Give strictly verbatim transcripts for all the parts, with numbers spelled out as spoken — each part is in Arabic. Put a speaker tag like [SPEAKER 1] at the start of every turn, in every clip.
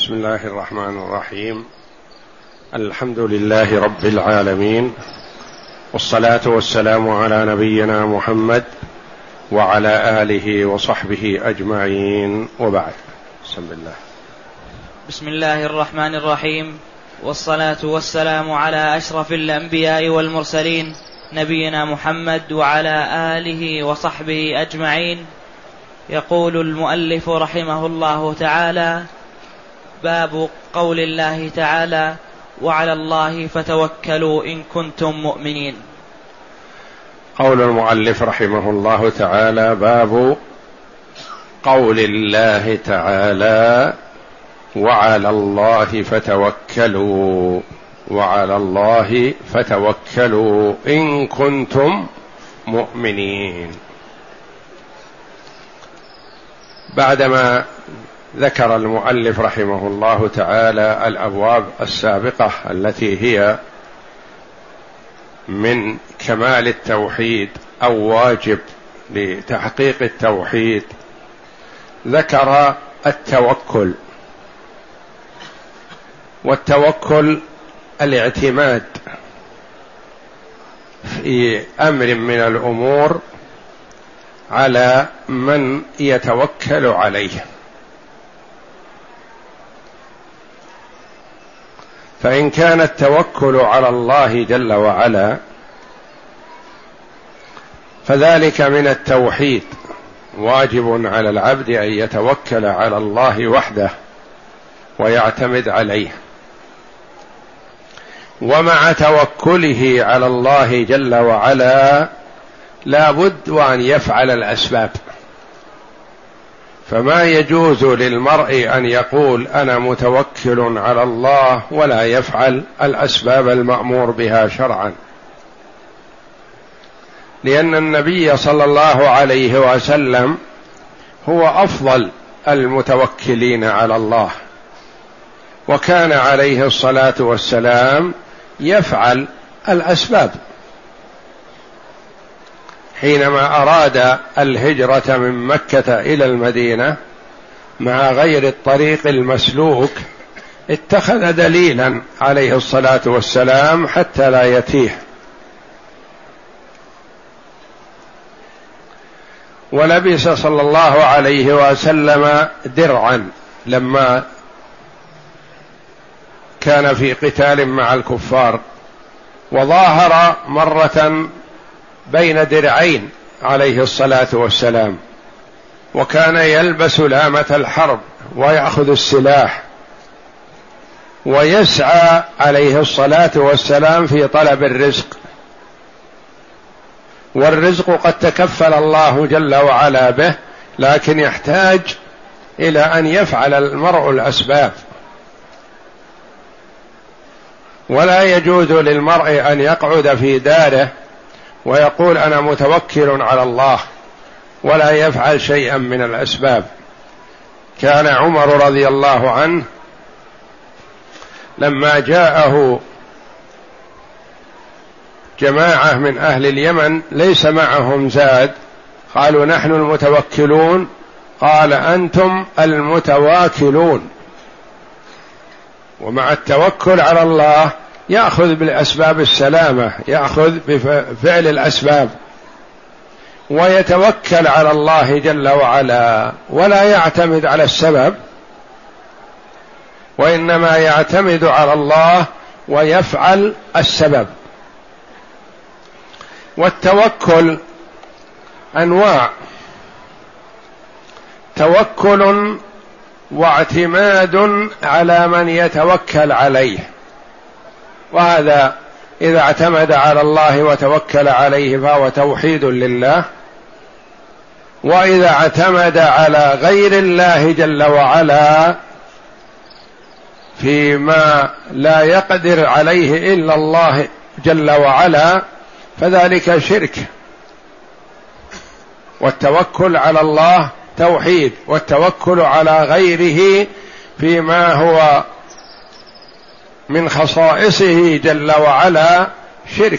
[SPEAKER 1] بسم الله الرحمن الرحيم. الحمد لله رب العالمين، والصلاة والسلام على نبينا محمد وعلى آله وصحبه أجمعين، وبعد. بسم الله.
[SPEAKER 2] بسم الله الرحمن الرحيم، والصلاة والسلام على أشرف الأنبياء والمرسلين نبينا محمد وعلى آله وصحبه أجمعين. يقول المؤلف رحمه الله تعالى: باب قول الله تعالى: وعلى الله فتوكلوا إن كنتم مؤمنين.
[SPEAKER 1] قول المؤلف رحمه الله تعالى: باب قول الله تعالى: وعلى الله فتوكلوا وعلى الله فتوكلوا إن كنتم مؤمنين. بعدما ذكر المؤلف رحمه الله تعالى الأبواب السابقة التي هي من كمال التوحيد أو واجب لتحقيق التوحيد، ذكر التوكل. والتوكل الاعتماد في أمر من الأمور على من يتوكل عليه. فإن كان التوكل على الله جل وعلا فذلك من التوحيد، واجب على العبد أن يتوكل على الله وحده ويعتمد عليه. ومع توكله على الله جل وعلا لا بد وأن يفعل الأسباب، فما يجوز للمرء أن يقول أنا متوكل على الله ولا يفعل الأسباب المأمور بها شرعا، لأن النبي صلى الله عليه وسلم هو أفضل المتوكلين على الله، وكان عليه الصلاة والسلام يفعل الأسباب. حينما أراد الهجرة من مكة إلى المدينة مع غير الطريق المسلوك اتخذ دليلا عليه الصلاة والسلام حتى لا يتيه، ولبس صلى الله عليه وسلم درعا لما كان في قتال مع الكفار، وظاهر مرة بين درعين عليه الصلاة والسلام، وكان يلبس لامة الحرب ويأخذ السلاح ويسعى عليه الصلاة والسلام في طلب الرزق، والرزق قد تكفل الله جل وعلا به، لكن يحتاج إلى أن يفعل المرء الأسباب. ولا يجوز للمرء أن يقعد في داره ويقول أنا متوكل على الله ولا يفعل شيئا من الأسباب. كان عمر رضي الله عنه لما جاءه جماعة من أهل اليمن ليس معهم زاد، قالوا نحن المتوكلون، قال أنتم المتواكلون. ومع التوكل على الله يأخذ بالأسباب السلامة، يأخذ بفعل الأسباب ويتوكل على الله جل وعلا، ولا يعتمد على السبب، وإنما يعتمد على الله ويفعل السبب. والتوكل أنواع: توكل واعتماد على من يتوكل عليه، وهذا إذا اعتمد على الله وتوكل عليه فهو توحيد لله. وإذا اعتمد على غير الله جل وعلا فيما لا يقدر عليه إلا الله جل وعلا فذلك شرك. والتوكل على الله توحيد، والتوكل على غيره فيما هو من خصائصه جل وعلا شرك.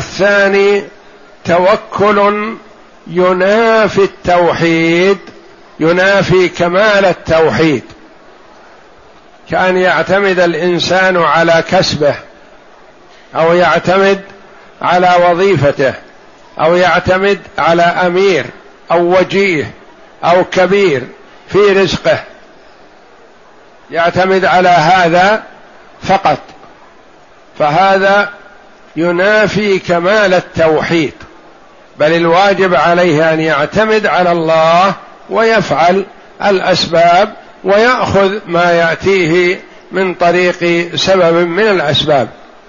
[SPEAKER 1] الثاني توكل ينافي التوحيد ينافي كمال التوحيد، كأن يعتمد الإنسان على كسبه، أو يعتمد على وظيفته، أو يعتمد على أمير أو وجيه أو كبير في رزقه، يعتمد على هذا فقط، فهذا ينافي كمال التوحيد، بل الواجب عليه أن يعتمد على الله ويفعل الأسباب ويأخذ ما يأتيه من طريق سبب من الأسباب.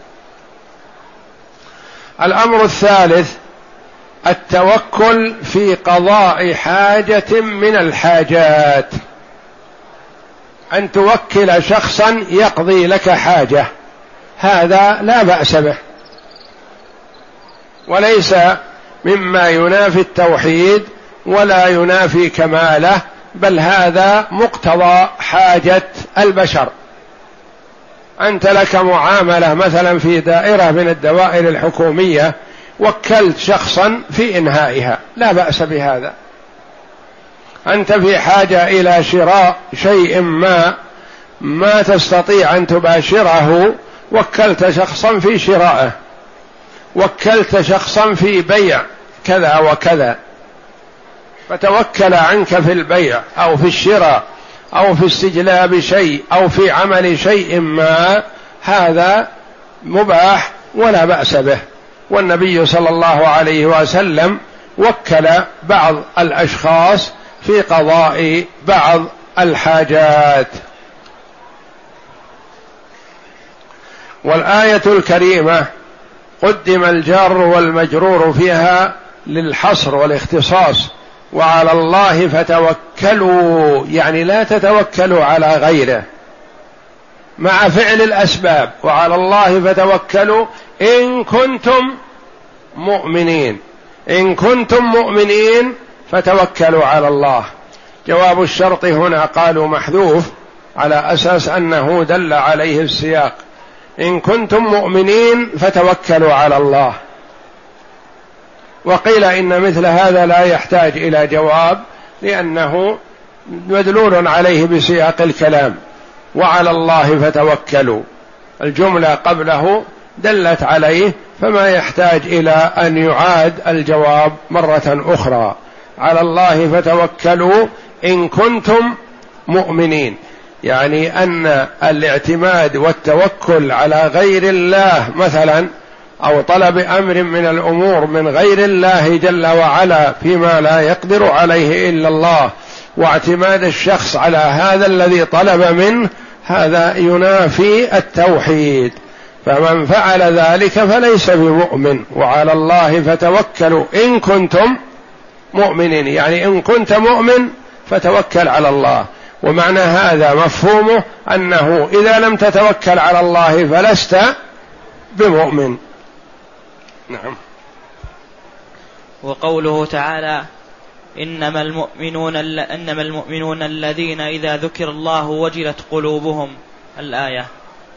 [SPEAKER 1] الأمر الثالث التوكل في قضاء حاجة من الحاجات، أن توكل شخصا يقضي لك حاجة، هذا لا بأس به، وليس مما ينافي التوحيد ولا ينافي كماله، بل هذا مقتضى حاجة البشر. أنت لك معاملة مثلا في دائرة من الدوائر الحكومية، وكلت شخصا في إنهائها، لا بأس بهذا. أنت في حاجة إلى شراء شيء ما ما تستطيع أن تباشره، وكلت شخصا في شرائه، وكلت شخصا في بيع كذا وكذا، فتوكل عنك في البيع أو في الشراء أو في استجلاب شيء أو في عمل شيء ما، هذا مباح ولا بأس به. والنبي صلى الله عليه وسلم وكل بعض الأشخاص في قضاء بعض الحاجات. والآية الكريمة قدم الجار والمجرور فيها للحصر والاختصاص، وعلى الله فتوكلوا، يعني لا تتوكلوا على غيره، مع فعل الأسباب، وعلى الله فتوكلوا إن كنتم مؤمنين، إن كنتم مؤمنين فتوكلوا على الله. جواب الشرط هنا قالوا محذوف على أساس أنه دل عليه السياق، إن كنتم مؤمنين فتوكلوا على الله. وقيل إن مثل هذا لا يحتاج إلى جواب، لأنه مدلول عليه بسياق الكلام، وعلى الله فتوكلوا، الجملة قبله دلت عليه، فما يحتاج إلى أن يعاد الجواب مرة أخرى. على الله فتوكلوا إن كنتم مؤمنين، يعني أن الاعتماد والتوكل على غير الله مثلا، أو طلب أمر من الأمور من غير الله جل وعلا فيما لا يقدر عليه إلا الله، واعتماد الشخص على هذا الذي طلب منه، هذا ينافي التوحيد، فمن فعل ذلك فليس بمؤمن. وعلى الله فتوكلوا إن كنتم مؤمنين، يعني إن كنت مؤمن فتوكل على الله. ومعنى هذا مفهومه أنه إذا لم تتوكل على الله فلست بمؤمن. نعم.
[SPEAKER 2] وقوله تعالى إنما المؤمنون إنما المؤمنون الذين إذا ذكر الله وجلت قلوبهم، الآية.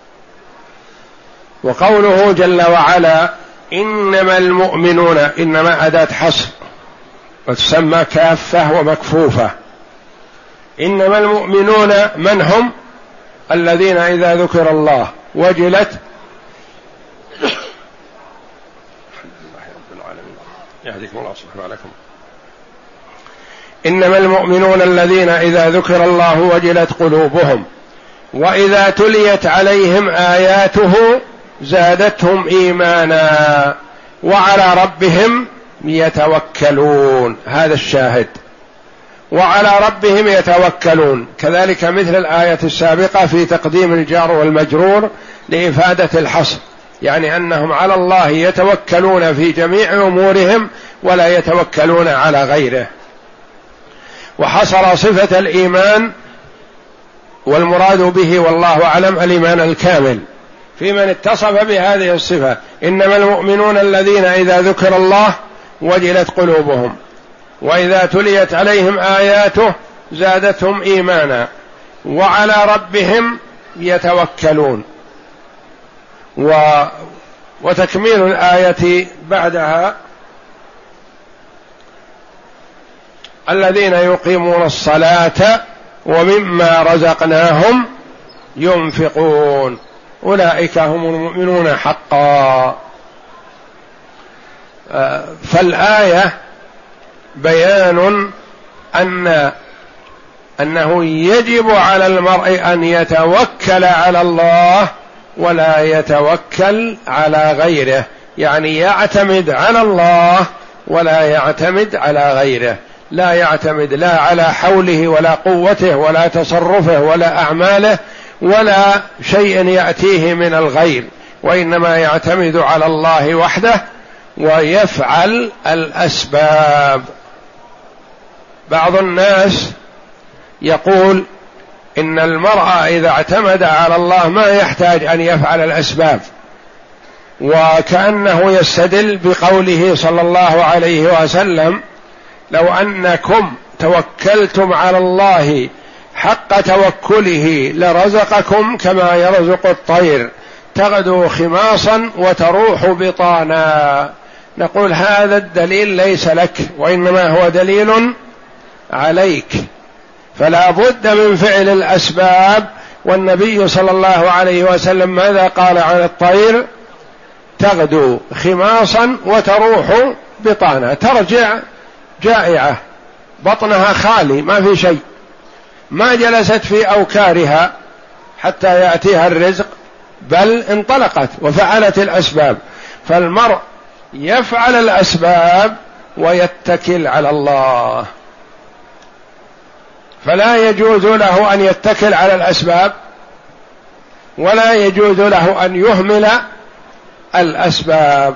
[SPEAKER 1] وقوله جل وعلا إنما المؤمنون، إنما أداة حصر وتسمى كافة ومكفوفة. إنما المؤمنون من هم؟ الذين إذا ذكر الله وجلت يهديكم الله ويصلح بالكم. إنما المؤمنون الذين إذا ذكر الله وجلت قلوبهم وإذا تليت عليهم آياته زادتهم إيمانا وعلى ربهم يتوكلون. هذا الشاهد، وعلى ربهم يتوكلون. كذلك مثل الآية السابقة في تقديم الجار والمجرور لإفادة الحصر، يعني أنهم على الله يتوكلون في جميع أمورهم ولا يتوكلون على غيره. وحصر صفة الإيمان، والمراد به والله أعلم الإيمان الكامل في من اتصف بهذه الصفة. إنما المؤمنون الذين إذا ذكر الله وجلت قلوبهم وإذا تليت عليهم آياته زادتهم إيمانا وعلى ربهم يتوكلون. و وتكميل الآية بعدها الذين يقيمون الصلاة ومما رزقناهم ينفقون أولئك هم المؤمنون حقا. فالآية بيان أن أنه يجب على المرء أن يتوكل على الله ولا يتوكل على غيره، يعني يعتمد على الله ولا يعتمد على غيره، لا يعتمد لا على حوله ولا قوته ولا تصرفه ولا أعماله ولا شيء يأتيه من الغير، وإنما يعتمد على الله وحده ويفعل الأسباب. بعض الناس يقول إن المرء إذا اعتمد على الله ما يحتاج أن يفعل الأسباب، وكأنه يستدل بقوله صلى الله عليه وسلم: لو أنكم توكلتم على الله حق توكله لرزقكم كما يرزق الطير تغدو خماصا وتروح بطانا. نقول هذا الدليل ليس لك، وإنما هو دليل عليك، فلا بد من فعل الأسباب. والنبي صلى الله عليه وسلم ماذا قال عن الطير؟ تغدو خماصا وتروح بطانا، ترجع جائعة بطنها خالي ما في شيء، ما جلست في أوكارها حتى يأتيها الرزق، بل انطلقت وفعلت الأسباب. فالمرء يفعل الأسباب ويتكل على الله، فلا يجوز له أن يتكل على الأسباب ولا يجوز له أن يهمل الأسباب.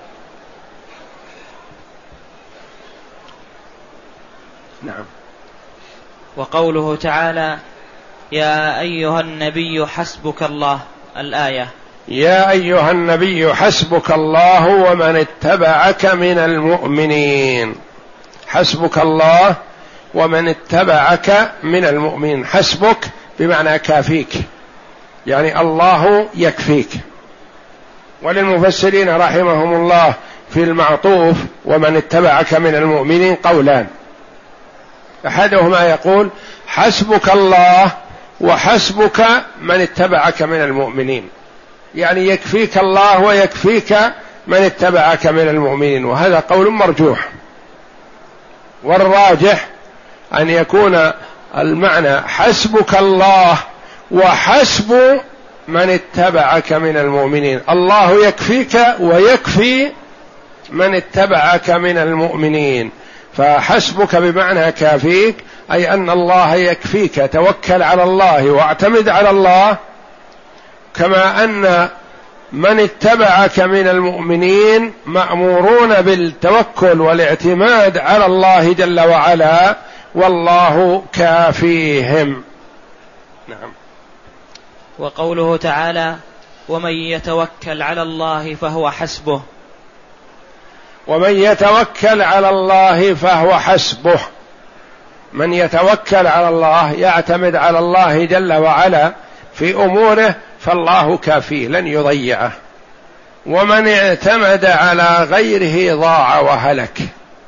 [SPEAKER 1] نعم.
[SPEAKER 2] وقوله تعالى: يا أيها النبي حسبك الله، الآية.
[SPEAKER 1] يا أيها النبي حسبك الله ومن اتبعك من المؤمنين. حسبك الله ومن اتبعك من المؤمنين. حسبك بمعنى كافيك، يعني الله يكفيك. وللمفسرين رحمهم الله في المعطوف ومن اتبعك من المؤمنين قولان: أحدهما يقول حسبك الله وحسبك من اتبعك من المؤمنين، يعني يكفيك الله ويكفيك من اتبعك من المؤمنين، وهذا قول مرجوح. والراجح أن يكون المعنى حسبك الله وحسب من اتبعك من المؤمنين، الله يكفيك ويكفي من اتبعك من المؤمنين. فحسبك بمعنى كافيك، أي أن الله يكفيك، توكل على الله واعتمد على الله، كما أن من اتبعك من المؤمنين مأمورون بالتوكل والاعتماد على الله جل وعلا، والله كافيهم. نعم.
[SPEAKER 2] وقوله تعالى: ومن يتوكل على الله فهو حسبه.
[SPEAKER 1] ومن يتوكل على الله فهو حسبه. من يتوكل على الله يعتمد على الله جل وعلا في أموره فالله كافيه لن يضيعه. ومن اعتمد على غيره ضاع وهلك،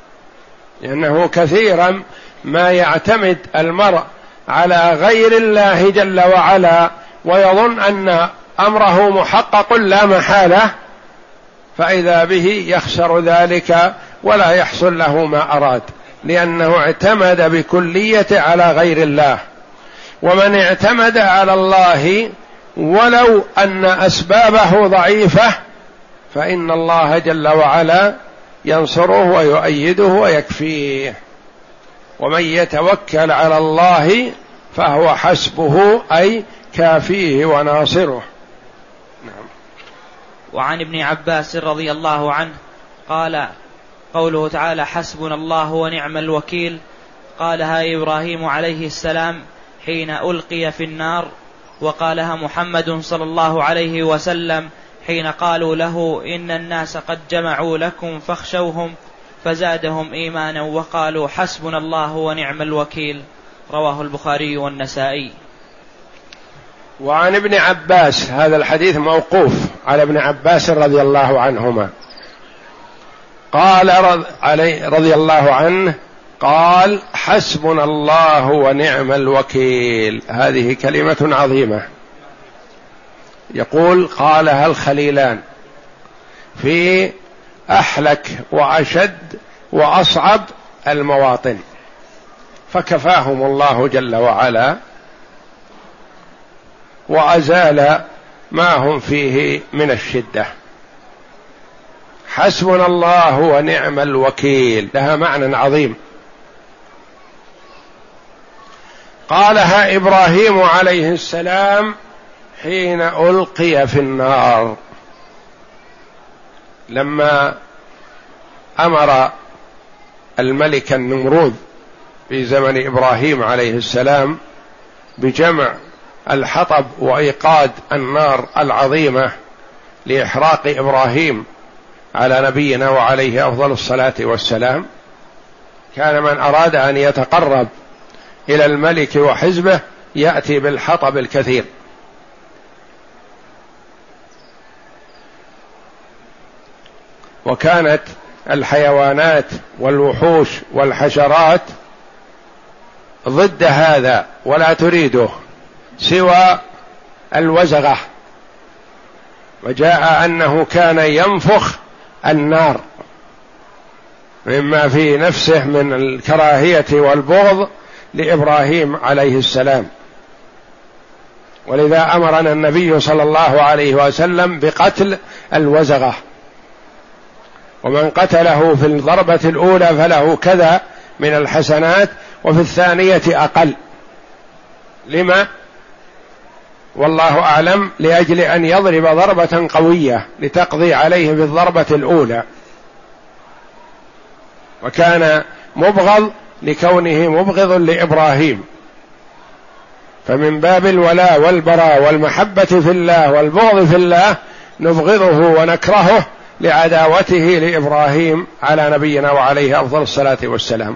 [SPEAKER 1] لأنه كثيرا ما يعتمد المرء على غير الله جل وعلا ويظن أن أمره محقق لا محالة، فإذا به يخسر ذلك ولا يحصل له ما أراد، لأنه اعتمد بكلية على غير الله. ومن اعتمد على الله ولو أن أسبابه ضعيفة فإن الله جل وعلا ينصره ويؤيده ويكفيه. ومن يتوكل على الله فهو حسبه، أي كافيه وناصره. نعم.
[SPEAKER 2] وعن ابن عباس رضي الله عنه قال: قوله تعالى: حسبنا الله ونعم الوكيل، قالها إبراهيم عليه السلام حين ألقي في النار، وقالها محمد صلى الله عليه وسلم حين قالوا له: إن الناس قد جمعوا لكم فاخشوهم، فزادهم إيمانا وقالوا: حسبنا الله ونعم الوكيل. رواه البخاري والنسائي.
[SPEAKER 1] وعن ابن عباس، هذا الحديث موقوف على ابن عباس رضي الله عنهما، قال رضي الله عنه: قال حسبنا الله ونعم الوكيل. هذه كلمة عظيمة، يقول قالها الخليلان في أحلك وأشد وأصعب المواطن، فكفاهم الله جل وعلا وأزال ما هم فيه من الشدة. حسبنا الله ونعم الوكيل لها معنى عظيم. قالها إبراهيم عليه السلام حين ألقي في النار، لما أمر الملك النمرود في زمن إبراهيم عليه السلام بجمع الحطب وإيقاد النار العظيمة لإحراق إبراهيم على نبينا وعليه أفضل الصلاة والسلام. كان من أراد أن يتقرب إلى الملك وحزبه يأتي بالحطب الكثير، وكانت الحيوانات والوحوش والحشرات ضد هذا ولا تريده سوى الوزغة، وجاء أنه كان ينفخ النار مما في نفسه من الكراهية والبغض لإبراهيم عليه السلام، ولذا أمرنا النبي صلى الله عليه وسلم بقتل الوزغة، ومن قتله في الضربة الأولى فله كذا من الحسنات وفي الثانية أقل. لما؟ والله أعلم، لأجل أن يضرب ضربة قوية لتقضي عليه في الضربة الأولى، وكان مبغض لكونه مبغض لإبراهيم، فمن باب الولاء والبراء والمحبة في الله والبغض في الله نبغضه ونكرهه لعداوته لإبراهيم على نبينا وعليه أفضل الصلاة والسلام.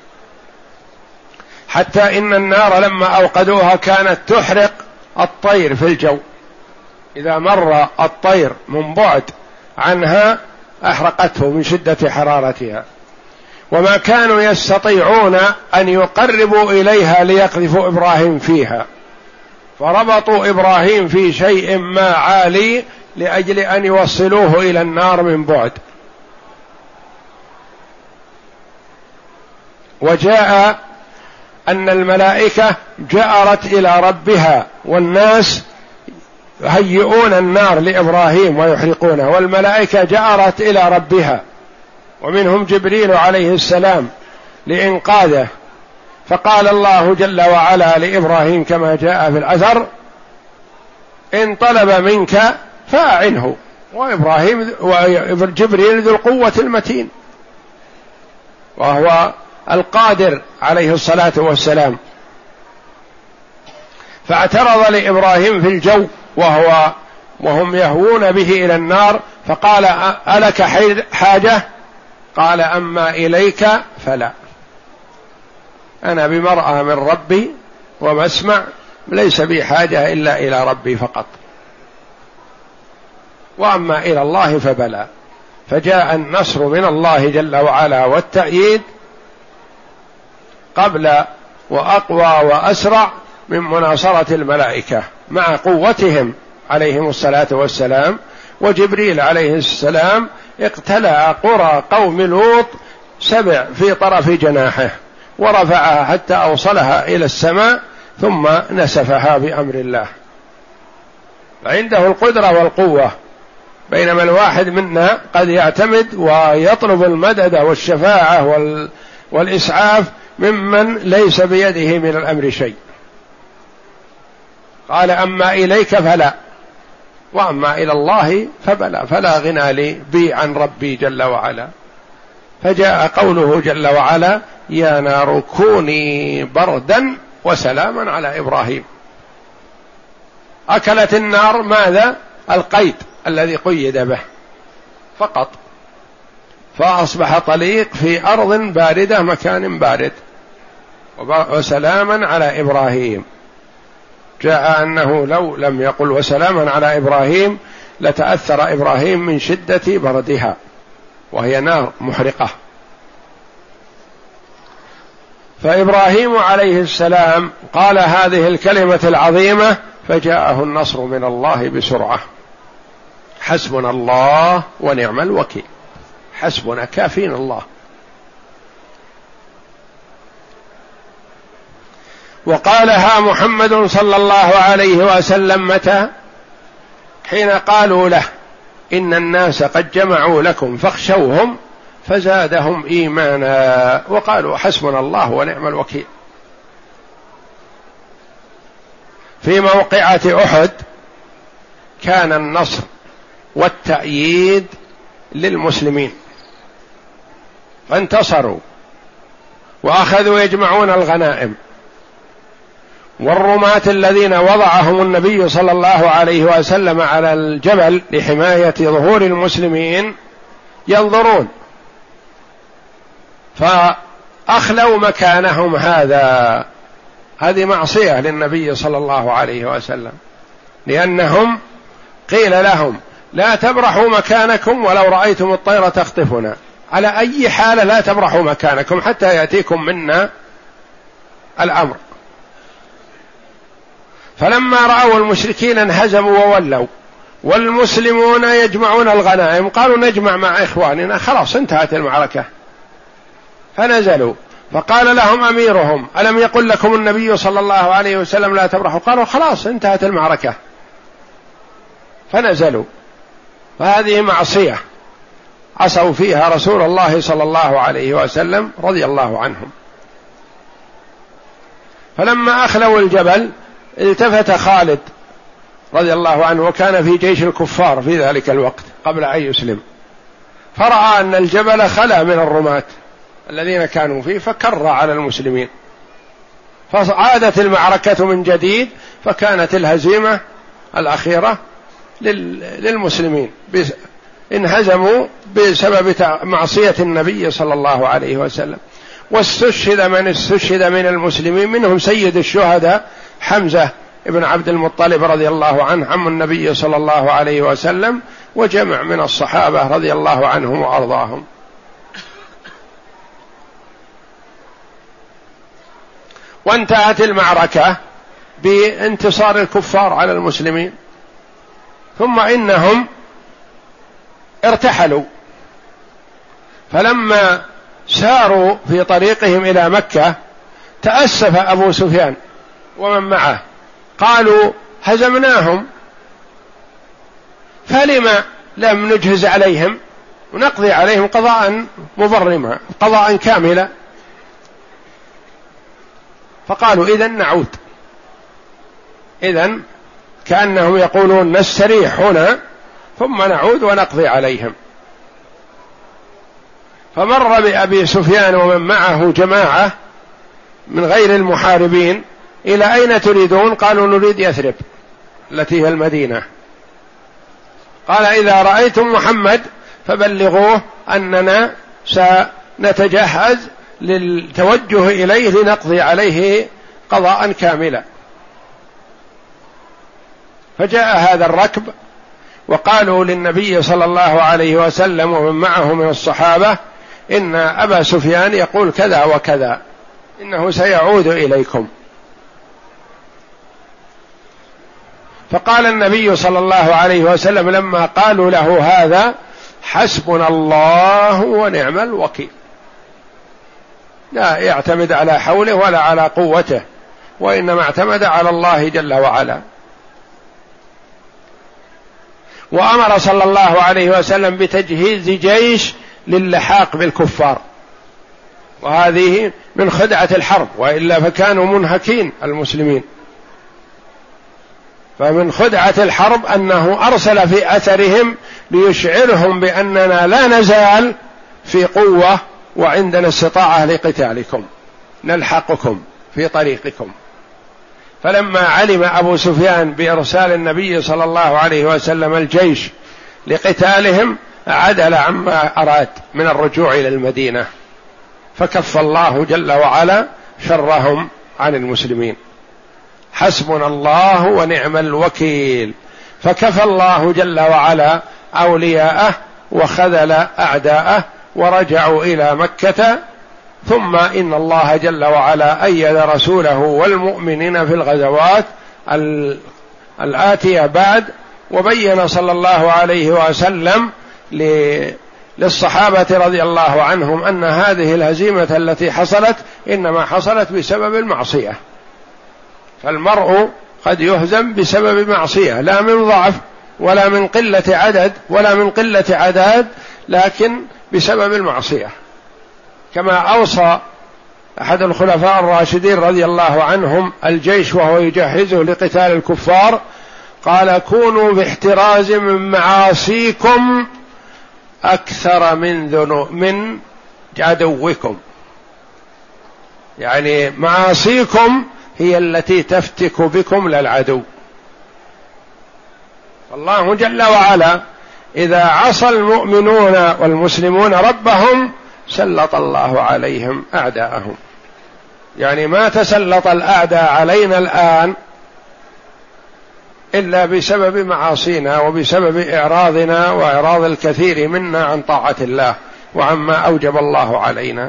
[SPEAKER 1] حتى إن النار لما أوقدوها كانت تحرق الطير في الجو، إذا مر الطير من بعد عنها أحرقته من شدة حرارتها، وما كانوا يستطيعون أن يقربوا إليها ليقذفوا إبراهيم فيها، فربطوا إبراهيم في شيء ما عالي لأجل أن يوصلوه إلى النار من بعد. وجاء أن الملائكة جأرت إلى ربها، والناس يهيئون النار لإبراهيم ويحرقونه، والملائكة جأرت إلى ربها، ومنهم جبريل عليه السلام لإنقاذه. فقال الله جل وعلا لإبراهيم كما جاء في الأثر: إن طلب منك فأعنه. وإبراهيم وجبريل ذو القوة المتين، وهو القادر عليه الصلاة والسلام. فاعترض لإبراهيم في الجو وهو وهم يهوون به إلى النار، فقال: ألك حاجة؟ قال: أما إليك فلا، أنا بمرأى من ربي ومسمع، ليس بي حاجة إلا إلى ربي فقط، وأما إلى الله فبلى. فجاء النصر من الله جل وعلا والتأييد قبل وأقوى وأسرع من مناصرة الملائكة، مع قوتهم عليهم الصلاة والسلام. وجبريل عليه السلام اقتلع قرى قوم لوط سبع في طرف جناحه، ورفعها حتى أوصلها إلى السماء، ثم نسفها بأمر الله. عنده القدرة والقوة، بينما الواحد منا قد يعتمد ويطلب المدد والشفاعة وال... والإسعاف ممن ليس بيده من الأمر شيء. قال: أما إليك فلا، وأما إلى الله فبلا، فلا غنى لي بي عن ربي جل وعلا. فجاء قوله جل وعلا: يا نار كوني بردا وسلاما على إبراهيم. أكلت النار ماذا؟ القيد الذي قيد به فقط، فأصبح طليق في أرض باردة مكان بارد. وسلاما على إبراهيم، جاء أنه لو لم يقل وسلاما على إبراهيم لتأثر إبراهيم من شدة بردها، وهي نار محرقة. فإبراهيم عليه السلام قال هذه الكلمة العظيمة فجاءه النصر من الله بسرعة. حسبنا الله ونعم الوكيل، حسبنا كافين الله. وقالها محمد صلى الله عليه وسلم متى؟ حين قالوا له إن الناس قد جمعوا لكم فاخشوهم فزادهم إيمانا وقالوا حسبنا الله ونعم الوكيل. في موقعة أحد كان النصر والتأييد للمسلمين، فانتصروا وأخذوا يجمعون الغنائم، والرماة الذين وضعهم النبي صلى الله عليه وسلم على الجبل لحماية ظهور المسلمين ينظرون، فأخلوا مكانهم هذا. هذه معصية للنبي صلى الله عليه وسلم، لأنهم قيل لهم لا تبرحوا مكانكم ولو رأيتم الطير تخطفنا، على أي حال لا تبرحوا مكانكم حتى يأتيكم منا الأمر. فلما رأوا المشركين انهزموا وولوا والمسلمون يجمعون الغنائم قالوا نجمع مع إخواننا، خلاص انتهت المعركة. فنزلوا فقال لهم أميرهم ألم يقل لكم النبي صلى الله عليه وسلم لا تبرحوا؟ قالوا خلاص انتهت المعركة، فنزلوا. فهذه معصية عصوا فيها رسول الله صلى الله عليه وسلم رضي الله عنهم. فلما أخلوا الجبل التفت خالد رضي الله عنه، وكان في جيش الكفار في ذلك الوقت قبل أن يسلم، فرأى أن الجبل خلا من الرماة الذين كانوا فيه، فكر على المسلمين، فعادت المعركة من جديد، فكانت الهزيمة الأخيرة للمسلمين، انهزموا بسبب معصية النبي صلى الله عليه وسلم. واستشهد من استشهد من المسلمين، منهم سيد الشهداء حمزة ابن عبد المطلب رضي الله عنه عم النبي صلى الله عليه وسلم، وجمع من الصحابة رضي الله عنهم وأرضاهم. وانتهت المعركة بانتصار الكفار على المسلمين. ثم إنهم ارتحلوا، فلما ساروا في طريقهم إلى مكة تأسف أبو سفيان ومن معه، قالوا هزمناهم فلما لم نجهز عليهم ونقضي عليهم قضاء مبرما قضاء كاملا؟ فقالوا إذن نعود. إذن كأنهم يقولون نستريح هنا ثم نعود ونقضي عليهم. فمر بأبي سفيان ومن معه جماعة من غير المحاربين، إلى أين تريدون؟ قالوا نريد يثرب التي هي المدينة. قال إذا رأيتم محمد فبلغوه أننا سنتجهز للتوجه إليه لنقضي عليه قضاء كاملا. فجاء هذا الركب وقالوا للنبي صلى الله عليه وسلم ومن معه من الصحابة إن أبا سفيان يقول كذا وكذا، إنه سيعود إليكم. فقال النبي صلى الله عليه وسلم لما قالوا له هذا حسبنا الله ونعم الوكيل، لا يعتمد على حوله ولا على قوته، وإنما اعتمد على الله جل وعلا. وأمر صلى الله عليه وسلم بتجهيز جيش للحاق بالكفار، وهذه من خدعة الحرب، وإلا فكانوا منهكين المسلمين. فمن خدعة الحرب أنه أرسل في أثرهم ليشعرهم بأننا لا نزال في قوة وعندنا استطاعة لقتالكم، نلحقكم في طريقكم. فلما علم أبو سفيان بإرسال النبي صلى الله عليه وسلم الجيش لقتالهم عدل عما أراد من الرجوع إلى المدينة، فكف الله جل وعلا شرهم عن المسلمين. حسبنا الله ونعم الوكيل. فكفى الله جل وعلا أولياءه وخذل أعداءه ورجعوا إلى مكة ثم إن الله جل وعلا أيد رسوله والمؤمنين في الغزوات الآتية بعد، وبين صلى الله عليه وسلم للصحابة رضي الله عنهم أن هذه الهزيمة التي حصلت إنما حصلت بسبب المعصية، فالمرء قد يهزم بسبب معصية، لا من ضعف ولا من قلة عدد ولا من قلة عدد، لكن بسبب المعصية. كما أوصى أحد الخلفاء الراشدين رضي الله عنهم الجيش وهو يجهزه لقتال الكفار، قال: كونوا باحتراز من معاصيكم أكثر من ذنوب من عدوكم، يعني معاصيكم هي التي تفتك بكم للعدو. الله جل وعلا إذا عصى المؤمنون والمسلمون ربهم سلط الله عليهم أعداءهم، يعني ما تسلط الأعداء علينا الآن إلا بسبب معاصينا وبسبب إعراضنا وإعراض الكثير منا عن طاعة الله وعما أوجب الله علينا.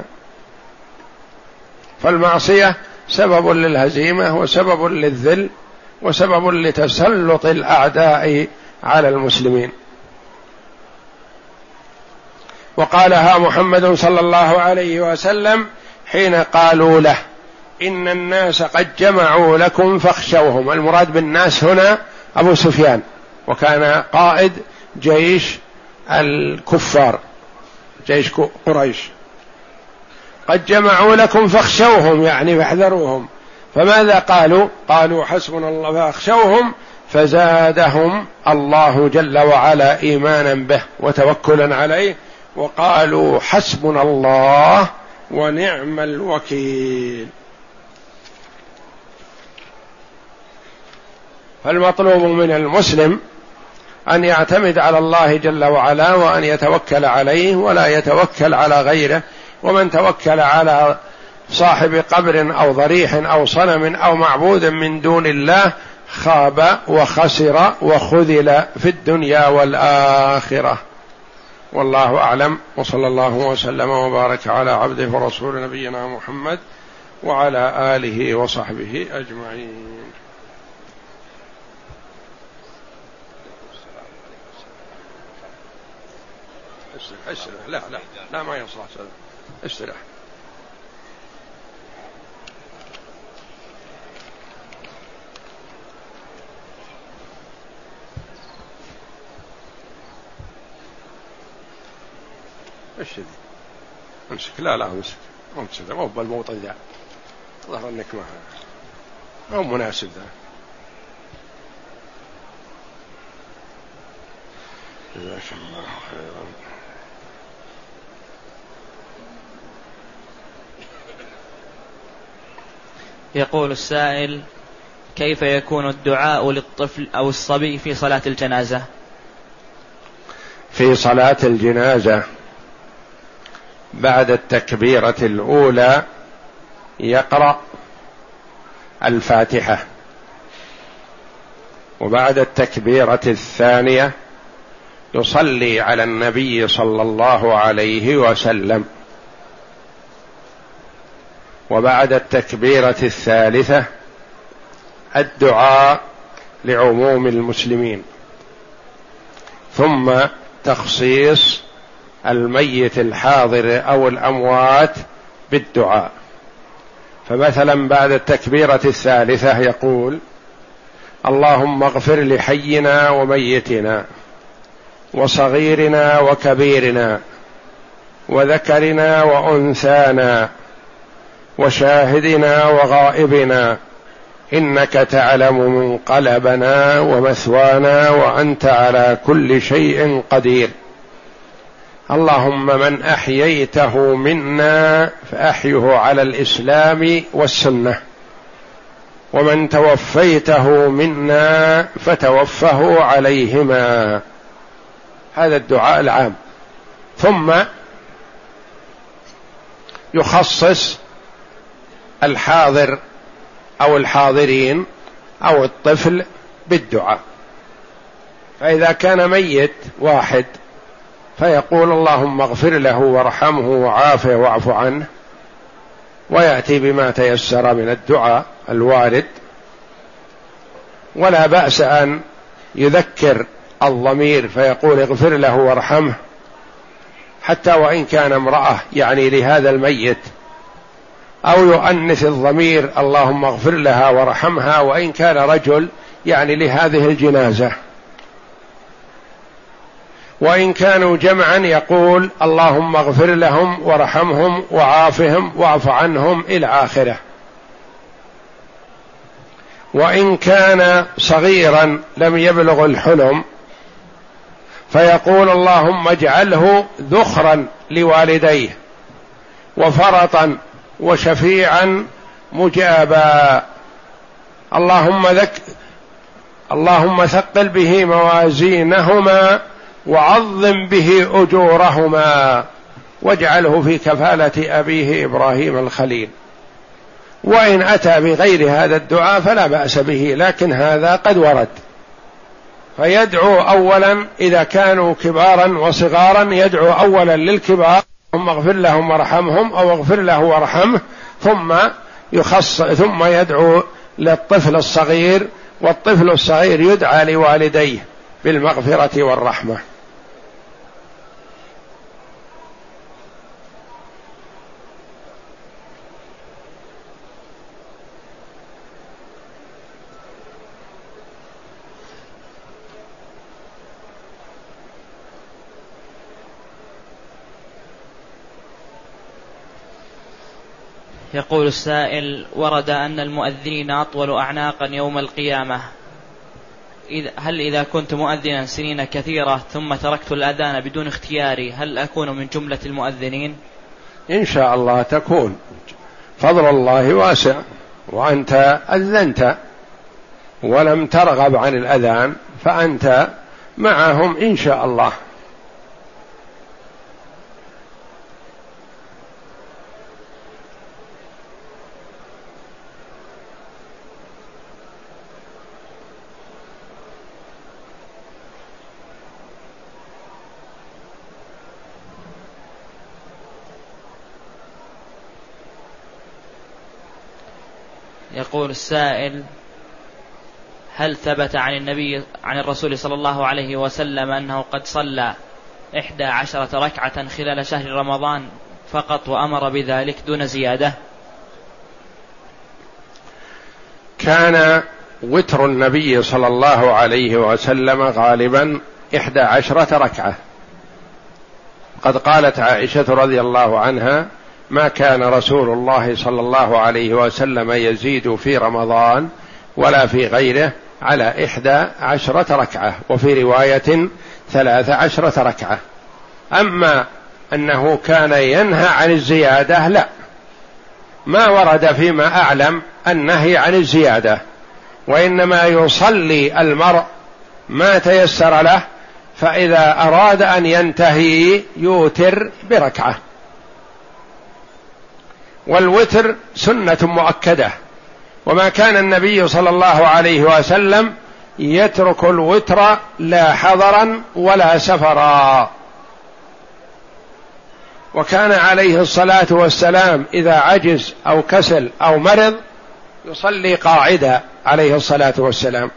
[SPEAKER 1] فالمعصية سبب للهزيمة وسبب للذل وسبب لتسلط الأعداء على المسلمين. وقالها محمد صلى الله عليه وسلم حين قالوا له: إن الناس قد جمعوا لكم فاخشوهم. المراد بالناس هنا أبو سفيان، وكان قائد جيش الكفار، جيش قريش. قد جمعوا لكم فاخشوهم، يعني فاحذروهم. فماذا قالوا؟ قالوا حسبنا الله، فاخشوهم فزادهم الله جل وعلا إيمانا به وتوكلا عليه، وقالوا حسبنا الله ونعم الوكيل. فالمطلوب من المسلم أن يعتمد على الله جل وعلا وأن يتوكل عليه ولا يتوكل على غيره. ومن توكل على صاحب قبر أو ضريح أو صنم أو معبود من دون الله خاب وخسر وخذل في الدنيا والآخرة. والله أعلم، وصلى الله وسلم وبارك على عبده ورسول نبينا محمد وعلى آله وصحبه أجمعين. استرح لا لا لا ما يصلح، استرح. ايش ذي؟ امسك. لا لا امسك امسك ذا مو بالموطن ذا، ظهر انك ما هو مناسب ذا. جزاك الله خيرا.
[SPEAKER 2] يقول السائل: كيف يكون الدعاء للطفل أو الصبي في صلاة الجنازة؟
[SPEAKER 1] في صلاة الجنازة بعد التكبيرة الأولى يقرأ الفاتحة، وبعد التكبيرة الثانية يصلي على النبي صلى الله عليه وسلم، وبعد التكبيرة الثالثة الدعاء لعموم المسلمين، ثم تخصيص الميت الحاضر أو الأموات بالدعاء. فمثلا بعد التكبيرة الثالثة يقول: اللهم اغفر لحينا وميتنا وصغيرنا وكبيرنا وذكرنا وأنثانا وشاهدنا وغائبنا، إنك تعلم منقلبنا ومثوانا وأنت على كل شيء قدير. اللهم من أحييته منا فأحيه على الإسلام والسنة، ومن توفيته منا فتوفه عليهما. هذا الدعاء العام. ثم يخصص الحاضر أو الحاضرين أو الطفل بالدعاء. فإذا كان ميت واحد فيقول: اللهم اغفر له وارحمه وعافه واعف عنه ويأتي بما تيسر من الدعاء الوارد. ولا بأس أن يذكر الضمير فيقول اغفر له وارحمه، حتى وإن كان امرأة يعني لهذا الميت، أو يؤنث الضمير اللهم اغفر لها وارحمها وإن كان رجل يعني لهذه الجنازة. وإن كانوا جمعا يقول اللهم اغفر لهم وارحمهم وعافهم واعف عنهم إلى آخره. وإن كان صغيرا لم يبلغ الحلم فيقول اللهم اجعله ذخرا لوالديه وفرطا وشفيعا مجابا، اللهم ذك اللهم ثقل به موازينهما وعظم به أجورهما واجعله في كفالة أبيه إبراهيم الخليل. وإن أتى بغير هذا الدعاء فلا بأس به، لكن هذا قد ورد. فيدعو أولا إذا كانوا كبارا وصغارا، يدعو أولا للكبار ثم اغفر لهم وارحمهم أو اغفر له وارحمه، ثم يخص ثم يدعو للطفل الصغير، والطفل الصغير يدعى لوالديه بالمغفرة والرحمة.
[SPEAKER 2] يقول السائل: ورد أن المؤذنين أطول أعناقا يوم القيامة، هل إذا كنت مؤذنا سنين كثيرة ثم تركت الأذان بدون اختياري هل أكون من جملة المؤذنين؟
[SPEAKER 1] إن شاء الله تكون، فضل الله واسع، وأنت أذنت ولم ترغب عن الأذان فأنت معهم إن شاء الله.
[SPEAKER 2] يقول السائل: هل ثبت عن النبي عن الرسول صلى الله عليه وسلم أنه قد صلى إحدى عشرة ركعة خلال شهر رمضان فقط وأمر بذلك دون زيادة؟
[SPEAKER 1] كان وتر النبي صلى الله عليه وسلم غالبا إحدى عشرة ركعة. قد قالت عائشة رضي الله عنها: ما كان رسول الله صلى الله عليه وسلم يزيد في رمضان ولا في غيره على إحدى عشرة ركعة، وفي رواية ثلاث عشرة ركعة. أما أنه كان ينهى عن الزيادة لا، ما ورد فيما أعلم النهي عن الزيادة، وإنما يصلي المرء ما تيسر له، فإذا أراد أن ينتهي يوتر بركعة. والوتر سنة مؤكدة، وما كان النبي صلى الله عليه وسلم يترك الوتر لا حضرا ولا سفرا. وكان عليه الصلاة والسلام إذا عجز أو كسل أو مرض يصلي قاعدا عليه الصلاة والسلام،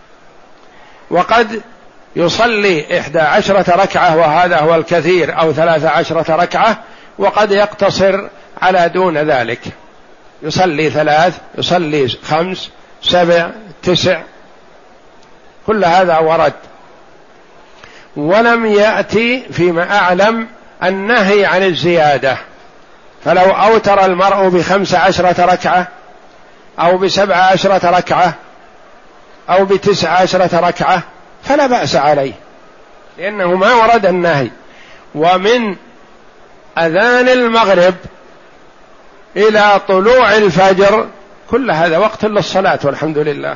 [SPEAKER 1] وقد يصلي إحدى عشرة ركعة وهذا هو الكثير أو ثلاث عشرة ركعة، وقد يقتصر على دون ذلك، يصلي ثلاث، يصلي خمس، سبع، تسع، كل هذا ورد. ولم يأتي فيما أعلم النهي عن الزيادة، فلو أوتر المرء بخمس عشرة ركعة أو بسبع عشرة ركعة أو بتسع عشرة ركعة فلا بأس عليه، لأنه ما ورد النهي. ومن أذان المغرب إلى طلوع الفجر كل هذا وقت للصلاة والحمد لله.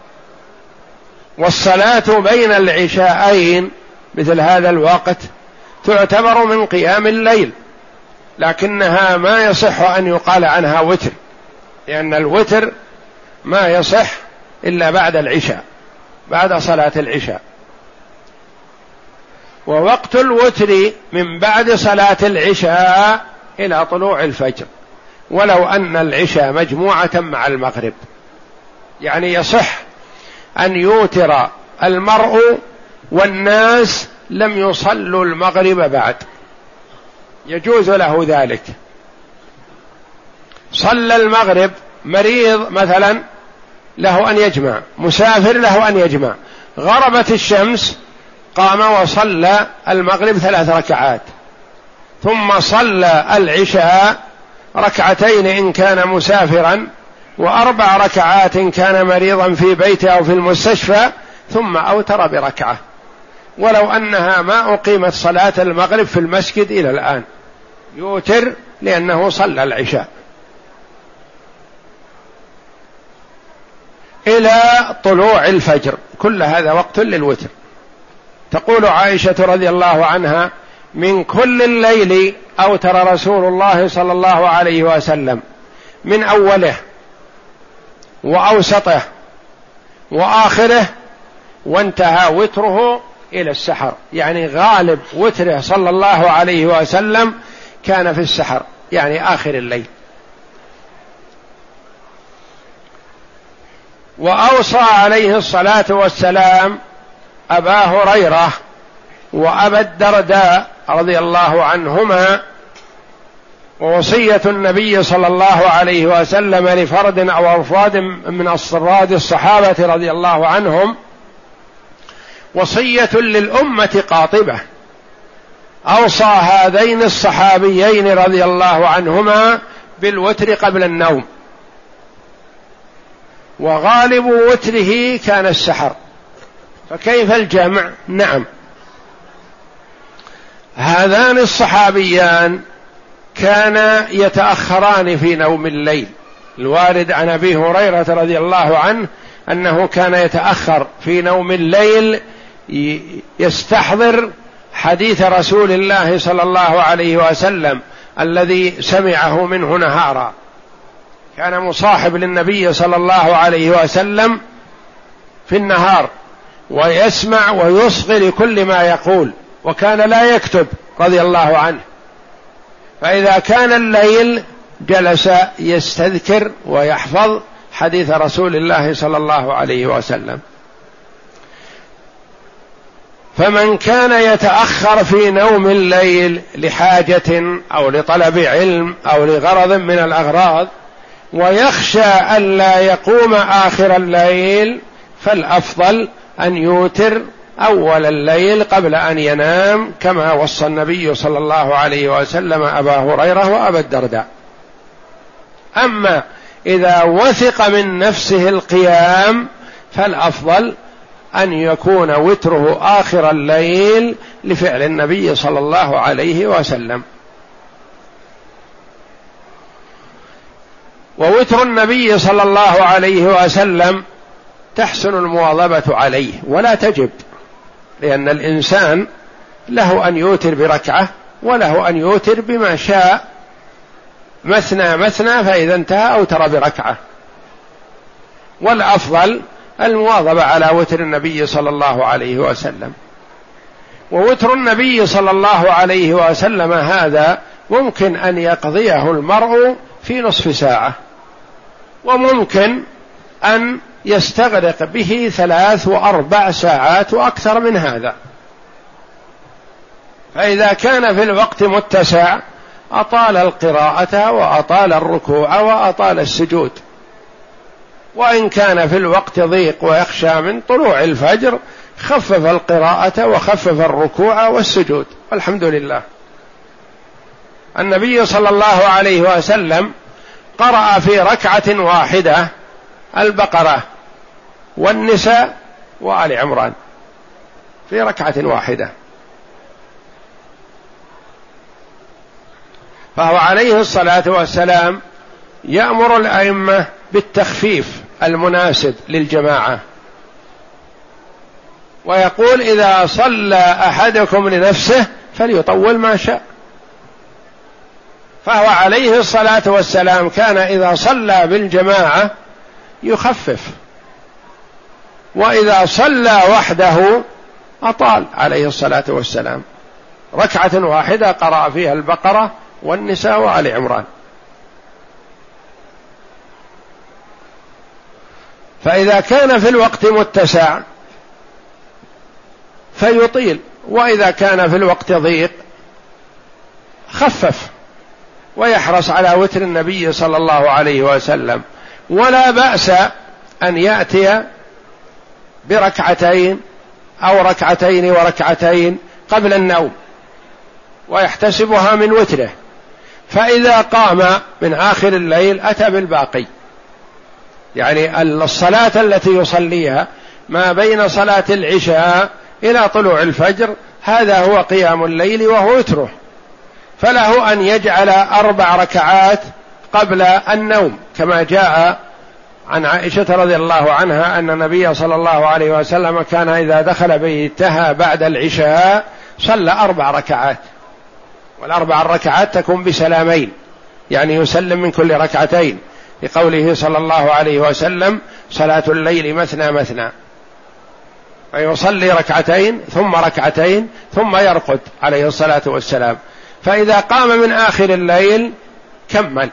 [SPEAKER 1] والصلاة بين العشاءين مثل هذا الوقت تعتبر من قيام الليل، لكنها ما يصح أن يقال عنها وتر، لأن الوتر ما يصح إلا بعد العشاء، بعد صلاة العشاء. ووقت الوتر من بعد صلاة العشاء إلى طلوع الفجر، ولو أن العشاء مجموعة مع المغرب، يعني يصح أن يوتر المرء والناس لم يصلوا المغرب بعد، يجوز له ذلك. صلى المغرب مريض مثلا له أن يجمع، مسافر له أن يجمع، غربت الشمس قام وصلى المغرب ثلاث ركعات، ثم صلى العشاء ركعتين إن كان مسافرا، وأربع ركعات إن كان مريضا في بيته أو في المستشفى، ثم أوتر بركعة، ولو أنها ما أقيمت صلاة المغرب في المسجد إلى الآن يوتر لأنه صلى العشاء. إلى طلوع الفجر، كل هذا وقت للوتر. تقول عائشة رضي الله عنها: من كل الليل أوتر رسول الله صلى الله عليه وسلم، من أوله وأوسطه وآخره، وانتهى وتره إلى السحر، يعني غالب وتره صلى الله عليه وسلم كان في السحر، يعني آخر الليل. وأوصى عليه الصلاة والسلام أبا هريرة وأبا الدرداء رضي الله عنهما، ووصية النبي صلى الله عليه وسلم لفرد أو أفراد من أفراد الصحابة رضي الله عنهم وصية للأمة قاطبة. أوصى هذين الصحابيين رضي الله عنهما بالوتر قبل النوم، وغالب وتره كان السحر، فكيف الجمع؟ نعم، هذان الصحابيان كانا يتأخران في نوم الليل. الوارد عن أبي هريرة رضي الله عنه أنه كان يتأخر في نوم الليل يستحضر حديث رسول الله صلى الله عليه وسلم الذي سمعه منه نهارا، كان مصاحب للنبي صلى الله عليه وسلم في النهار ويسمع ويصغي لكل ما يقول، وكان لا يكتب رضي الله عنه، فإذا كان الليل جلس يستذكر ويحفظ حديث رسول الله صلى الله عليه وسلم. فمن كان يتأخر في نوم الليل لحاجة أو لطلب علم أو لغرض من الأغراض ويخشى ألا يقوم آخر الليل، فالأفضل أن يوتر أول الليل قبل أن ينام، كما وصى النبي صلى الله عليه وسلم أبا هريرة وأبا الدرداء. أما إذا وثق من نفسه القيام فالأفضل أن يكون وتره آخر الليل لفعل النبي صلى الله عليه وسلم. ووتر النبي صلى الله عليه وسلم تحسن المواظبة عليه ولا تجب، لأن الإنسان له أن يوتر بركعة وله أن يوتر بما شاء، مثنى مثنى، فإذا انتهى أوتر بركعة. والأفضل المواظبة على وتر النبي صلى الله عليه وسلم. ووتر النبي صلى الله عليه وسلم هذا ممكن أن يقضيه المرء في نصف ساعة، وممكن أن يستغرق به ثلاث وأربع ساعات وأكثر من هذا. فإذا كان في الوقت متسع أطال القراءة وأطال الركوع وأطال السجود، وإن كان في الوقت ضيق ويخشى من طلوع الفجر خفف القراءة وخفف الركوع والسجود، والحمد لله. النبي صلى الله عليه وسلم قرأ في ركعة واحدة البقرة والنساء وآل عمران في ركعة واحدة، فهو عليه الصلاة والسلام يأمر الأئمة بالتخفيف المناسب للجماعة، ويقول: إذا صلى أحدكم لنفسه فليطول ما شاء. فهو عليه الصلاة والسلام كان إذا صلى بالجماعة يخفف، وإذا صلى وحده أطال عليه الصلاة والسلام، ركعة واحدة قرأ فيها البقرة والنساء وآل عمران. فإذا كان في الوقت متسع فيطيل، وإذا كان في الوقت ضيق خفف، ويحرص على وتر النبي صلى الله عليه وسلم. ولا بأس أن يأتي بركعتين أو ركعتين وركعتين قبل النوم ويحتسبها من وتره، فإذا قام من آخر الليل أتى بالباقي. يعني الصلاة التي يصليها ما بين صلاة العشاء إلى طلوع الفجر هذا هو قيام الليل وهو وتره، فله أن يجعل أربع ركعات قبل النوم، كما جاء عن عائشة رضي الله عنها أن النبي صلى الله عليه وسلم كان إذا دخل بيتها بعد العشاء صلى أربع ركعات، والأربع ركعات تكون بسلامين، يعني يسلم من كل ركعتين، لقوله صلى الله عليه وسلم: صلاة الليل مثنى مثنى، فيصلي ركعتين ثم ركعتين ثم يرقد عليه الصلاة والسلام. فإذا قام من آخر الليل كمل.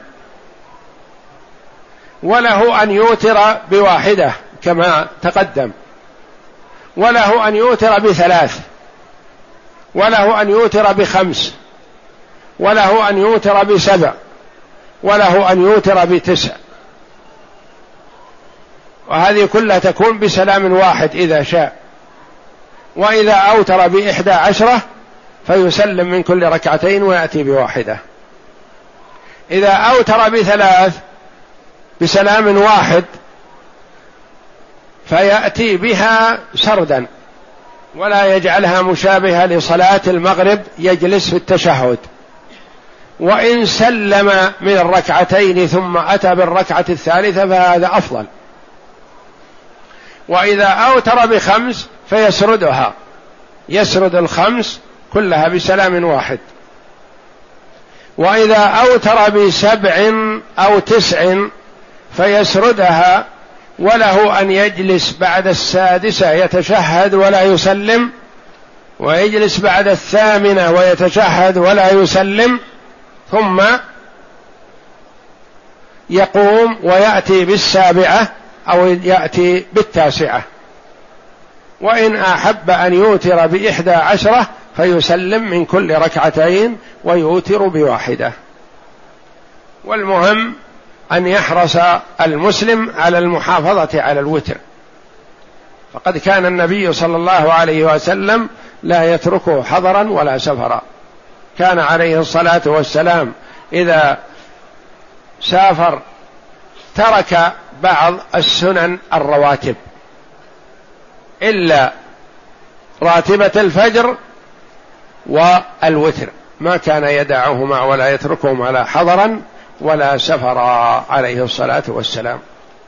[SPEAKER 1] وله أن يوتر بواحدة كما تقدم، وله أن يوتر بثلاث، وله أن يوتر بخمس، وله أن يوتر بسبع، وله أن يوتر بتسع، وهذه كلها تكون بسلام واحد إذا شاء. وإذا أوتر بإحدى عشرة فيسلم من كل ركعتين ويأتي بواحدة. إذا أوتر بثلاث بسلام واحد فيأتي بها سردا، ولا يجعلها مشابهة لصلاة المغرب يجلس في التشهد. وإن سلم من الركعتين ثم أتى بالركعة الثالثة فهذا أفضل. وإذا أوتر بخمس فيسردها، يسرد الخمس كلها بسلام واحد. وإذا أوتر بسبع أو تسع فيسردها، وله أن يجلس بعد السادسة يتشهد ولا يسلم، ويجلس بعد الثامنة ويتشهد ولا يسلم، ثم يقوم ويأتي بالسابعة أو يأتي بالتاسعة. وإن أحب أن يوتر بإحدى عشرة فيسلم من كل ركعتين ويوتر بواحدة. والمهم أن يحرص المسلم على المحافظة على الوتر، فقد كان النبي صلى الله عليه وسلم لا يتركه حضرا ولا سفرا. كان عليه الصلاة والسلام إذا سافر ترك بعض السنن الرواتب إلا راتبة الفجر والوتر، ما كان يدعهما ولا يتركهما لا حضرا ولا سفرا عليه الصلاة والسلام.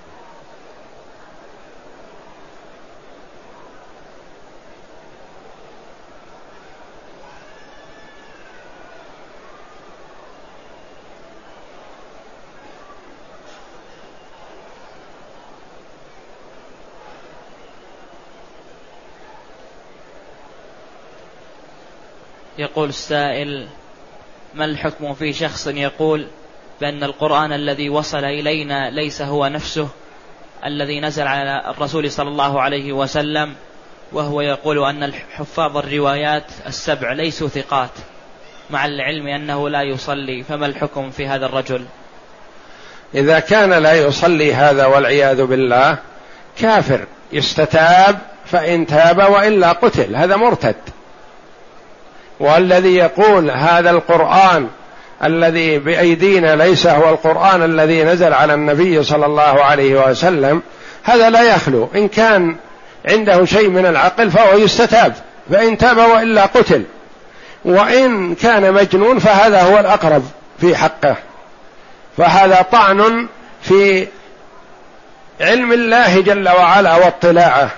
[SPEAKER 2] يقول السائل: ما الحكم في شخص يقول بأن القرآن الذي وصل إلينا ليس هو نفسه الذي نزل على الرسول صلى الله عليه وسلم، وهو يقول أن حفاظ الروايات السبع ليسوا ثقات، مع العلم أنه لا يصلي، فما الحكم في هذا الرجل؟
[SPEAKER 1] إذا كان لا يصلي هذا والعياذ بالله كافر، يستتاب، فإن تاب وإلا قتل، هذا مرتد. والذي يقول هذا القرآن الذي بأيدينا ليس هو القرآن الذي نزل على النبي صلى الله عليه وسلم، هذا لا يخلو، إن كان عنده شيء من العقل فهو يستتاب، فإن تاب وإلا قتل. وإن كان مجنون فهذا هو الأقرب في حقه، فهذا طعن في علم الله جل وعلا واطلاعه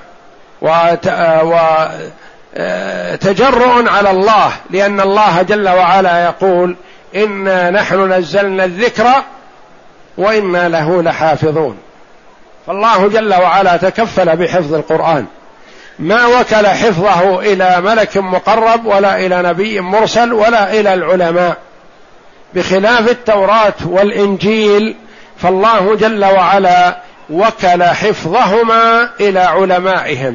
[SPEAKER 1] وتجرؤ على الله، لأن الله جل وعلا يقول: إنا نحن نزلنا الذكر وإنا له لحافظون. فالله جل وعلا تكفل بحفظ القرآن، ما وكل حفظه إلى ملك مقرب ولا إلى نبي مرسل ولا إلى العلماء، بخلاف التوراة والإنجيل، فالله جل وعلا وكل حفظهما إلى علمائهم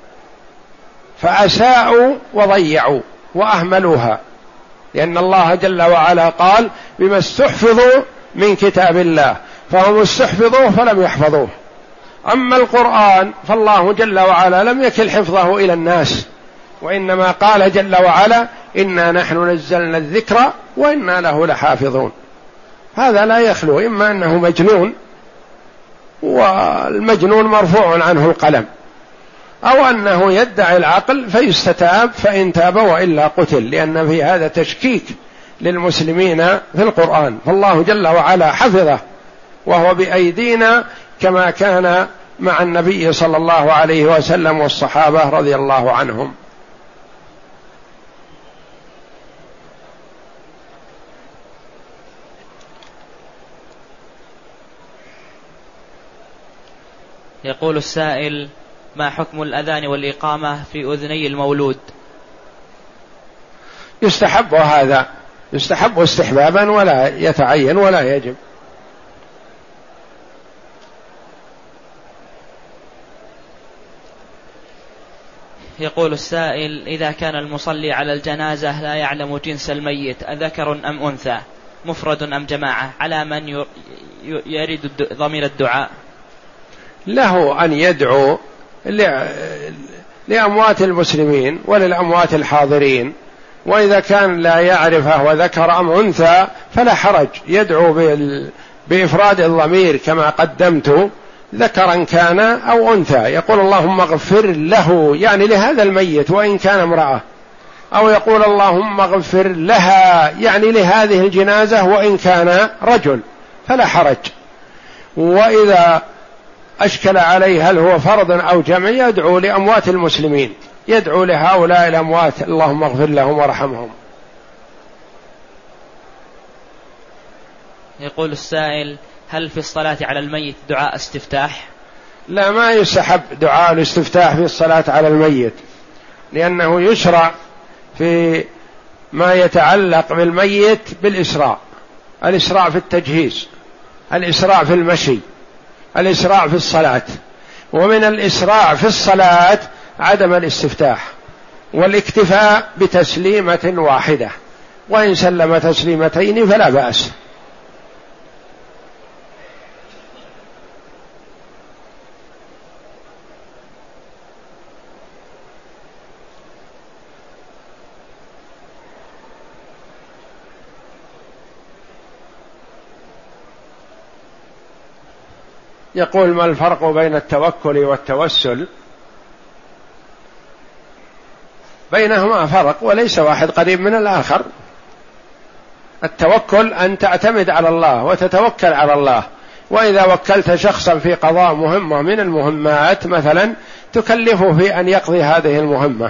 [SPEAKER 1] فأساءوا وضيعوا وأهملوها، لأن الله جل وعلا قال بما استحفظوا من كتاب الله، فهم استحفظوه فلم يحفظوه. أما القرآن فالله جل وعلا لم يكل حفظه إلى الناس، وإنما قال جل وعلا إنا نحن نزلنا الذكر وإنا له لحافظون. هذا لا يخلو إما أنه مجنون والمجنون مرفوع عنه القلم، أو أنه يدعي العقل فيستتاب فإن تاب وإلا قتل، لأن في هذا تشكيك للمسلمين في القرآن. فالله جل وعلا حفظه وهو بأيدينا كما كان مع النبي صلى الله عليه وسلم والصحابة رضي الله عنهم.
[SPEAKER 2] يقول السائل: ما حكم الأذان والإقامة في أذني المولود؟
[SPEAKER 1] يستحب هذا، يستحب استحبابا ولا يتعين ولا يجب.
[SPEAKER 2] يقول السائل: إذا كان المصلي على الجنازة لا يعلم جنس الميت أذكر أم أنثى، مفرد أم جماعة، على من يريد ضمير الدعاء؟
[SPEAKER 1] له أن يدعو لأموات المسلمين وللأموات الحاضرين، وإذا كان لا يعرفه وذكر أم أنثى فلا حرج، يدعو بإفراد الضمير كما قدمت، ذكرا كان أو أنثى، يقول اللهم اغفر له يعني لهذا الميت وإن كان امرأة، أو يقول اللهم اغفر لها يعني لهذه الجنازة وإن كان رجل، فلا حرج. وإذا أشكل عليه هل هو فرض أو جمع يدعو لأموات المسلمين، يدعو لهؤلاء الأموات اللهم اغفر لهم وارحمهم.
[SPEAKER 2] يقول السائل: هل في الصلاة على الميت دعاء استفتاح؟
[SPEAKER 1] لا، ما يستحب دعاء الاستفتاح في الصلاة على الميت، لأنه يشرع في ما يتعلق بالميت بالإسراع، الإسراع في التجهيز، الإسراع في المشي، الإسراع في الصلاة. ومن الإسراع في الصلاة عدم الاستفتاح والاكتفاء بتسليمة واحدة، وإن سلم تسليمتين فلا بأس. يقول: ما الفرق بين التوكل والتوسل؟ بينهما فرق وليس واحد قريب من الآخر. التوكل أن تعتمد على الله وتتوكل على الله، وإذا وكلت شخصا في قضاء مهمة من المهمات مثلا تكلفه في أن يقضي هذه المهمة.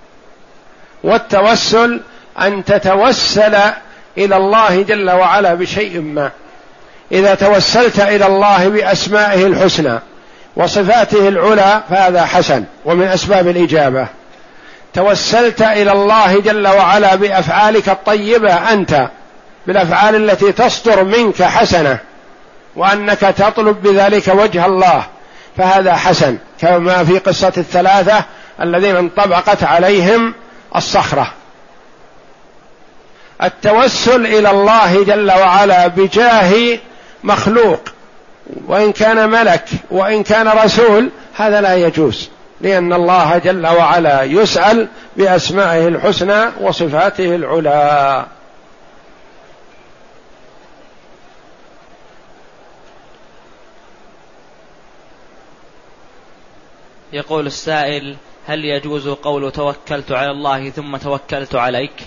[SPEAKER 1] والتوسل أن تتوسل إلى الله جل وعلا بشيء ما، إذا توسلت إلى الله بأسمائه الحسنى وصفاته العلى فهذا حسن ومن أسباب الإجابة. توسلت إلى الله جل وعلا بأفعالك الطيبة أنت، بالأفعال التي تصدر منك حسنة، وأنك تطلب بذلك وجه الله، فهذا حسن، كما في قصة الثلاثة الذين انطبقت عليهم الصخرة. التوسل إلى الله جل وعلا بجاه مخلوق وإن كان ملك وإن كان رسول هذا لا يجوز، لأن الله جل وعلا يسأل بأسمائه الحسنى وصفاته العلى.
[SPEAKER 2] يقول السائل: هل يجوز قول توكلت على الله ثم توكلت عليك؟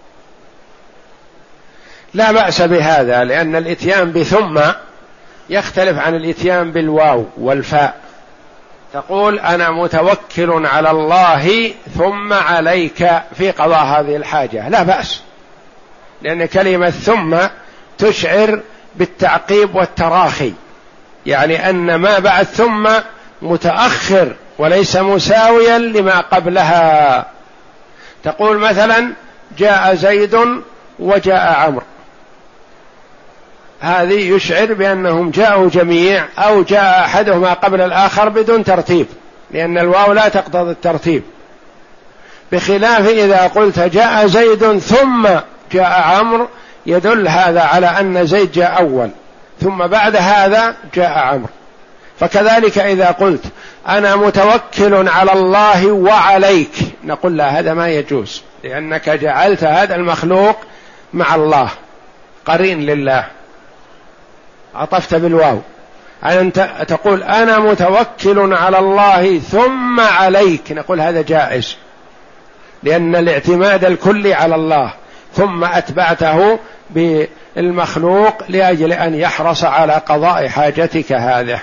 [SPEAKER 1] لا بأس بهذا، لأن الإتيان بثم يختلف عن الإتيان بالواو والفاء. تقول أنا متوكل على الله ثم عليك في قضاء هذه الحاجة، لا بأس، لأن كلمة ثم تشعر بالتعقيب والتراخي، يعني أن ما بعد ثم متأخر وليس مساويا لما قبلها. تقول مثلا جاء زيد وجاء عمرو، هذه يشعر بأنهم جاءوا جميع أو جاء أحدهما قبل الآخر بدون ترتيب، لأن الواو لا تقتضي الترتيب، بخلاف إذا قلت جاء زيد ثم جاء عمرو يدل هذا على أن زيد جاء أول ثم بعد هذا جاء عمرو. فكذلك إذا قلت أنا متوكل على الله وعليك نقول لا، هذا ما يجوز، لأنك جعلت هذا المخلوق مع الله قرين لله، عطفت بالواو. أنت تقول أنا متوكل على الله ثم عليك نقول هذا جائز، لأن الاعتماد الكلي على الله، ثم أتبعته بالمخلوق لأجل أن يحرص على قضاء حاجتك هذه.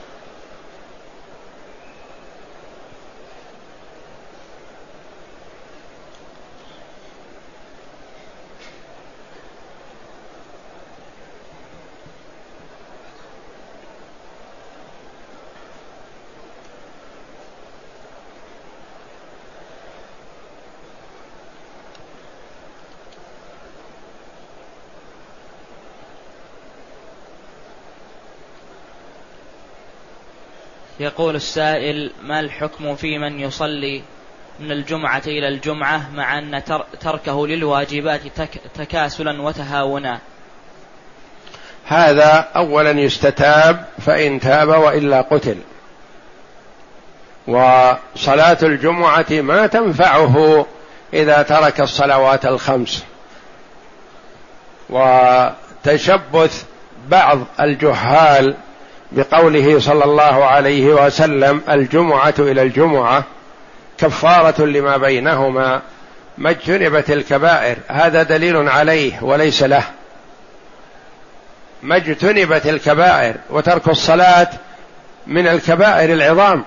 [SPEAKER 2] يقول السائل: ما الحكم في من يصلي من الجمعة إلى الجمعة مع أن تركه للواجبات تكاسلا وتهاونا؟
[SPEAKER 1] هذا أولا يستتاب، فإن تاب وإلا قتل. وصلاة الجمعة ما تنفعه إذا ترك الصلوات الخمس. وتشبث بعض الجهال بقوله صلى الله عليه وسلم الجمعة إلى الجمعة كفارة لما بينهما ما اجتنبت الكبائر، هذا دليل عليه وليس له. ما اجتنبت الكبائر، وترك الصلاة من الكبائر العظام،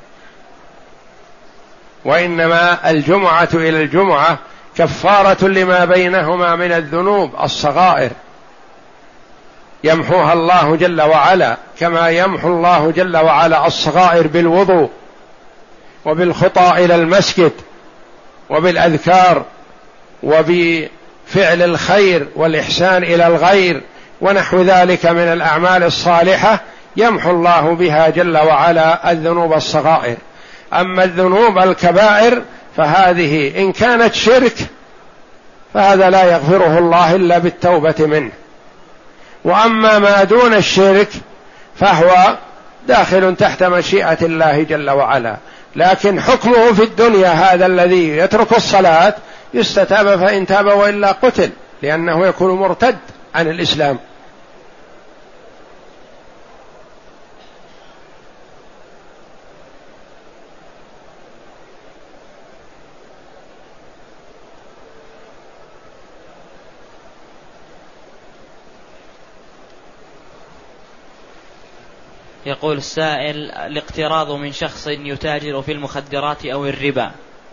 [SPEAKER 1] وإنما الجمعة إلى الجمعة كفارة لما بينهما من الذنوب الصغائر، يمحوها الله جل وعلا، كما يمحو الله جل وعلا الصغائر بالوضوء وبالخطى إلى المسجد وبالأذكار وبفعل الخير والإحسان إلى الغير ونحو ذلك من الأعمال الصالحة، يمحو الله بها جل وعلا الذنوب الصغائر. أما الذنوب الكبائر فهذه إن كانت شرك فهذا لا يغفره الله إلا بالتوبة منه، وأما ما دون الشرك فهو داخل تحت مشيئة الله جل وعلا. لكن حكمه في الدنيا هذا الذي يترك الصلاة يستتاب، فإن تاب وإلا قتل، لأنه يكون مرتد عن الإسلام.
[SPEAKER 2] يقول السائل: الاقتراض من شخص يتاجر في المخدرات أو الربا.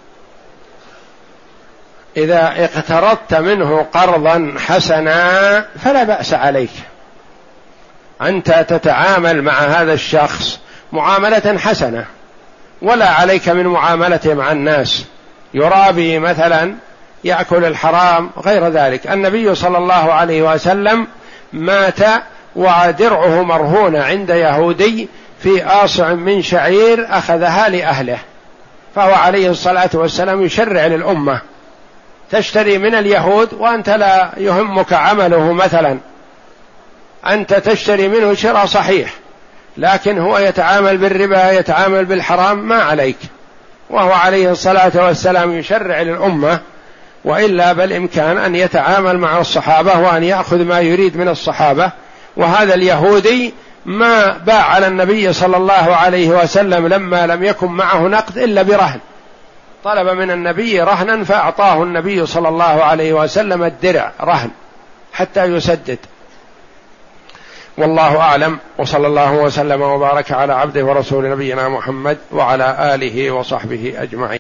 [SPEAKER 1] إذا اقترضت منه قرضا حسنا فلا بأس عليك، أنت تتعامل مع هذا الشخص معاملة حسنة، ولا عليك من معاملته مع الناس، يرابي مثلا، يأكل الحرام، غير ذلك. النبي صلى الله عليه وسلم مات ودرعه مرهونة عند يهودي في آصع من شعير أخذها لأهله، فهو عليه الصلاة والسلام يشرع للأمة تشتري من اليهود وأنت لا يهمك عمله، مثلا أنت تشتري منه شراء صحيح، لكن هو يتعامل بالربا، يتعامل بالحرام، ما عليك، وهو عليه الصلاة والسلام يشرع للأمة. وإلا بالإمكان أن يتعامل مع الصحابة وأن يأخذ ما يريد من الصحابة. وهذا اليهودي ما باع على النبي صلى الله عليه وسلم لما لم يكن معه نقد إلا برهن، طلب من النبي رهنا فأعطاه النبي صلى الله عليه وسلم الدرع رهن حتى يسدد. والله أعلم، وصلى الله وسلم وبارك على عبده ورسول نبينا محمد وعلى آله وصحبه أجمعين.